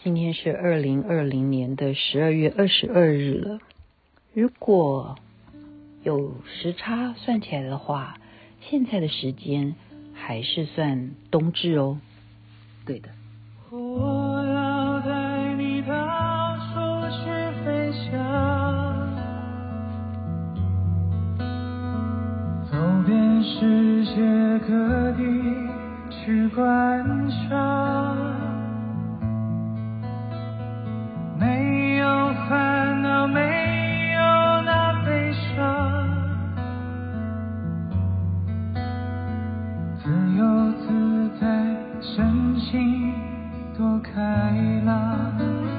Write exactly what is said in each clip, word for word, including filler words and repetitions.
今天是二零二零年的十二月二十二日了。如果有时差算起来的话，现在的时间还是算冬至哦。对的。 我要带你到处去飞翔，走遍世界各地去观赏，没有烦恼，没有那悲伤，自由自在，深情多开朗。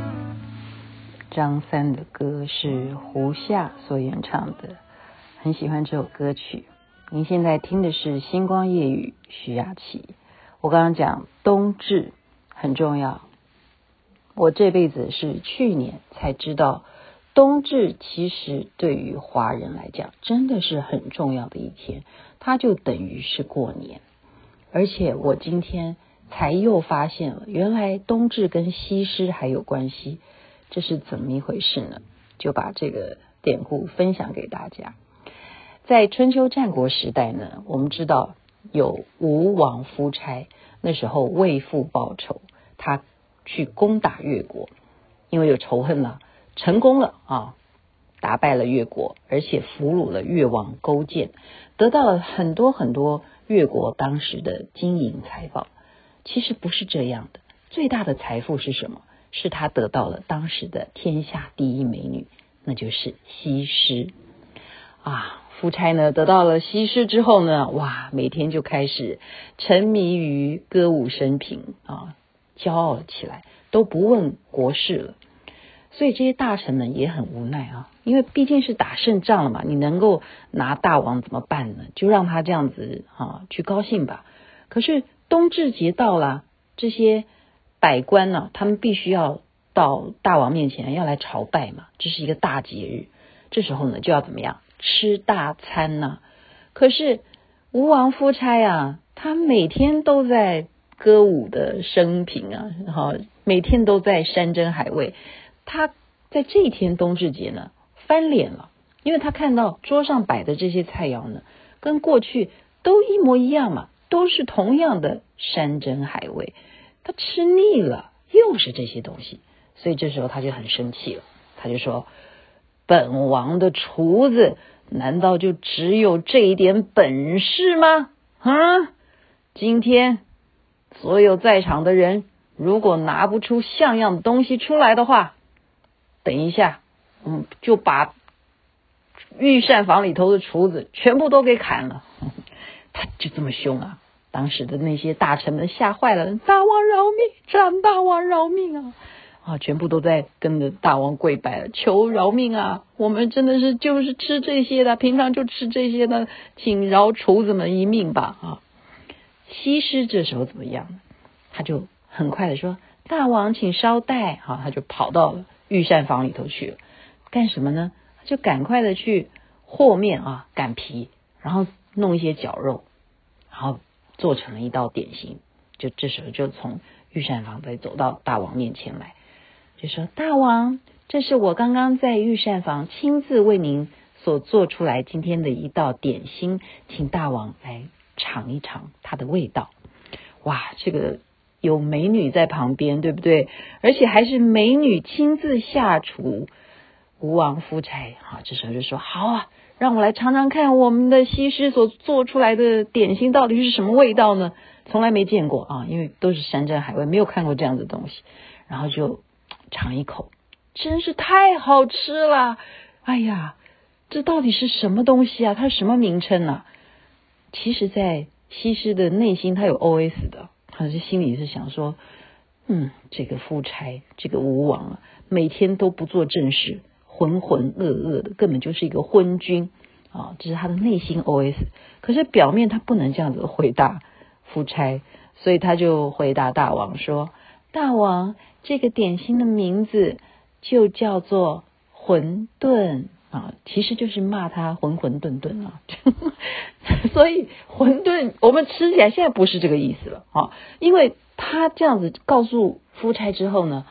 张三的歌是胡夏所演唱的，很喜欢这首歌曲。您现在听的是星光夜语，徐雅琪。我刚刚讲冬至很重要，我这辈子是去年才知道，冬至其实对于华人来讲真的是很重要的一天，它就等于是过年。而且我今天才又发现了，原来冬至跟西施还有关系，这是怎么一回事呢？就把这个典故分享给大家。在春秋战国时代呢，我们知道有吴王夫差，那时候为父报仇，他去攻打越国，因为有仇恨了，成功了啊，打败了越国，而且俘虏了越王勾践，得到了很多很多越国当时的金银财宝。其实不是这样的，最大的财富是什么？是他得到了当时的天下第一美女，那就是西施啊。夫差呢得到了西施之后呢，哇，每天就开始沉迷于歌舞升平啊，骄傲了起来，都不问国事了。所以这些大臣们也很无奈啊，因为毕竟是打胜仗了嘛，你能够拿大王怎么办呢？就让他这样子啊去高兴吧。可是冬至节到了，这些百官呢、啊，他们必须要到大王面前要来朝拜嘛，这是一个大节日。这时候呢，就要怎么样吃大餐呢、啊？可是吴王夫差啊，他每天都在歌舞的升平啊，然后每天都在山珍海味。他在这一天冬至节呢翻脸了，因为他看到桌上摆的这些菜肴呢，跟过去都一模一样嘛，都是同样的山珍海味，他吃腻了，又是这些东西，所以这时候他就很生气了，他就说：本王的厨子难道就只有这一点本事吗？啊！今天所有在场的人如果拿不出像样的东西出来的话，等一下嗯，就把御膳房里头的厨子全部都给砍了。他就这么凶啊，当时的那些大臣们吓坏了，大王饶命，张大王饶命啊！啊，全部都在跟着大王跪拜了，求饶命啊！我们真的是就是吃这些的，平常就吃这些的，请饶厨子们一命吧！啊，西施这时候怎么样呢？他就很快的说：大王请稍待。好，他就跑到了御膳房里头去了，干什么呢？他就赶快的去和面啊，擀皮，然后弄一些绞肉，然后做成了一道点心。就这时候就从御膳房再走到大王面前来，就说：大王，这是我刚刚在御膳房亲自为您所做出来今天的一道点心，请大王来尝一尝它的味道。哇，这个有美女在旁边，对不对？而且还是美女亲自下厨。吴王夫差啊，这时候就说：好啊，让我来尝尝看我们的西施所做出来的点心到底是什么味道呢？从来没见过啊，因为都是山珍海味，没有看过这样的东西。然后就尝一口，真是太好吃了！哎呀，这到底是什么东西啊？它是什么名称啊？其实在西施的内心他有 O S 的，他是心里是想说，嗯，这个夫差，这个吴王啊，每天都不做正事，浑浑噩噩的，根本就是一个昏君啊，这是他的内心 O S。 可是表面他不能这样子回答夫差，所以他就回答大王说：大王，这个点心的名字就叫做馄饨啊，其实就是骂他浑浑沌沌啊。所以馄饨我们吃起来现在不是这个意思了啊，因为他这样子告诉夫差之后呢，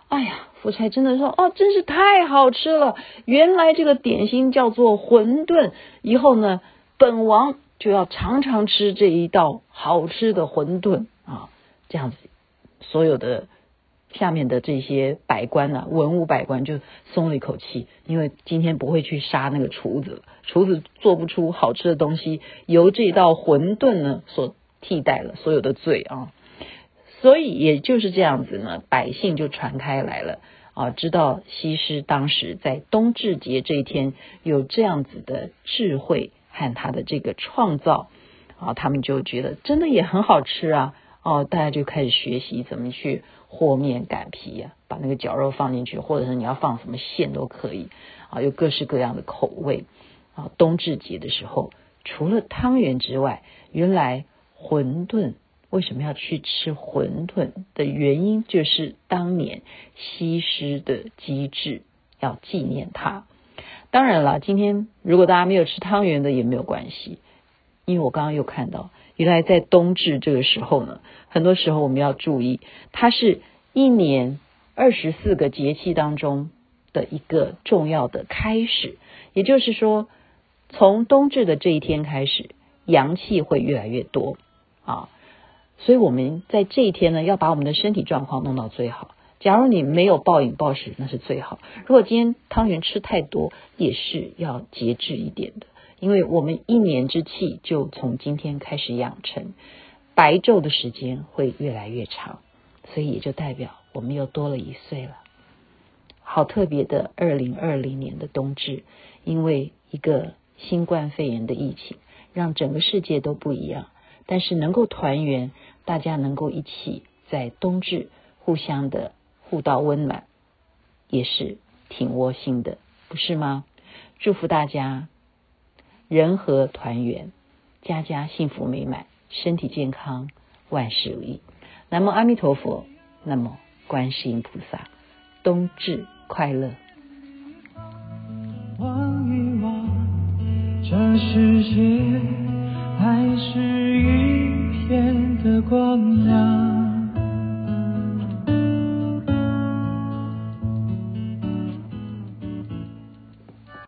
哎呀，福钗真的说，哦，真是太好吃了，原来这个点心叫做馄饨，以后呢本王就要常常吃这一道好吃的馄饨啊。这样子所有的下面的这些百官啊，文武百官就松了一口气，因为今天不会去杀那个厨子，厨子做不出好吃的东西，由这道馄饨呢所替代了所有的罪啊。所以也就是这样子呢，百姓就传开来了啊，知道西施当时在冬至节这一天有这样子的智慧和他的这个创造啊，他们就觉得真的也很好吃啊。哦，大家就开始学习怎么去和面擀皮啊，把那个绞肉放进去，或者是你要放什么馅都可以啊，有各式各样的口味啊。冬至节的时候，除了汤圆之外，原来馄饨为什么要去吃馄饨的原因，就是当年西施的机智，要纪念她。当然了，今天如果大家没有吃汤圆的也没有关系，因为我刚刚又看到，原来在冬至这个时候呢，很多时候我们要注意，它是一年二十四个节气当中的一个重要的开始。也就是说，从冬至的这一天开始，阳气会越来越多啊，所以我们在这一天呢，要把我们的身体状况弄到最好。假如你没有暴饮暴食，那是最好。如果今天汤圆吃太多，也是要节制一点的。因为我们一年之气就从今天开始养成，白昼的时间会越来越长，所以也就代表我们又多了一岁了。好特别的二零二零年的冬至，因为一个新冠肺炎的疫情，让整个世界都不一样，但是能够团圆，大家能够一起在冬至互相的互道温暖，也是挺窝心的，不是吗？祝福大家人和团圆，家家幸福美满，身体健康，万事如意。南无阿弥陀佛，南无观世音菩萨，冬至快乐。 望一望这世界，还是